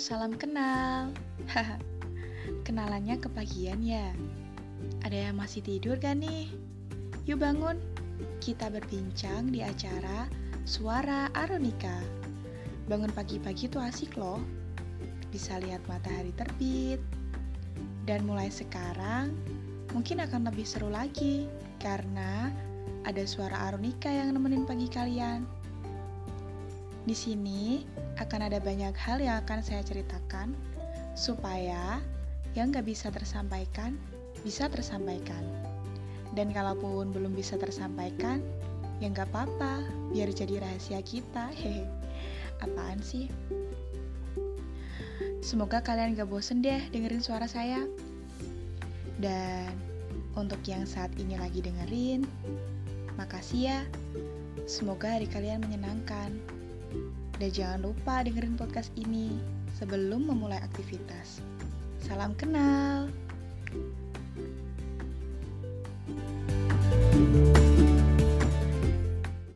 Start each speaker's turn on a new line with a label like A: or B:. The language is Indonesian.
A: salam kenal. Haha, kenalannya kepagian ya. Ada yang masih tidur gak nih? Yuk bangun, kita berbincang di acara Suara Aronika. Bangun pagi-pagi tuh asik loh. Bisa lihat matahari terbit. Dan mulai sekarang, mungkin akan lebih seru lagi karena ada suara Aronika yang nemenin pagi kalian. Di sini akan ada banyak hal yang akan saya ceritakan supaya yang gak bisa tersampaikan, bisa tersampaikan. Dan kalaupun belum bisa tersampaikan, ya gak apa-apa, biar jadi rahasia kita. Hehe, apaan sih? Semoga kalian gak bosen deh dengerin suara saya. Dan untuk yang saat ini lagi dengerin, makasih ya. Semoga hari kalian menyenangkan. Dan jangan lupa dengerin podcast ini sebelum memulai aktivitas. Salam kenal.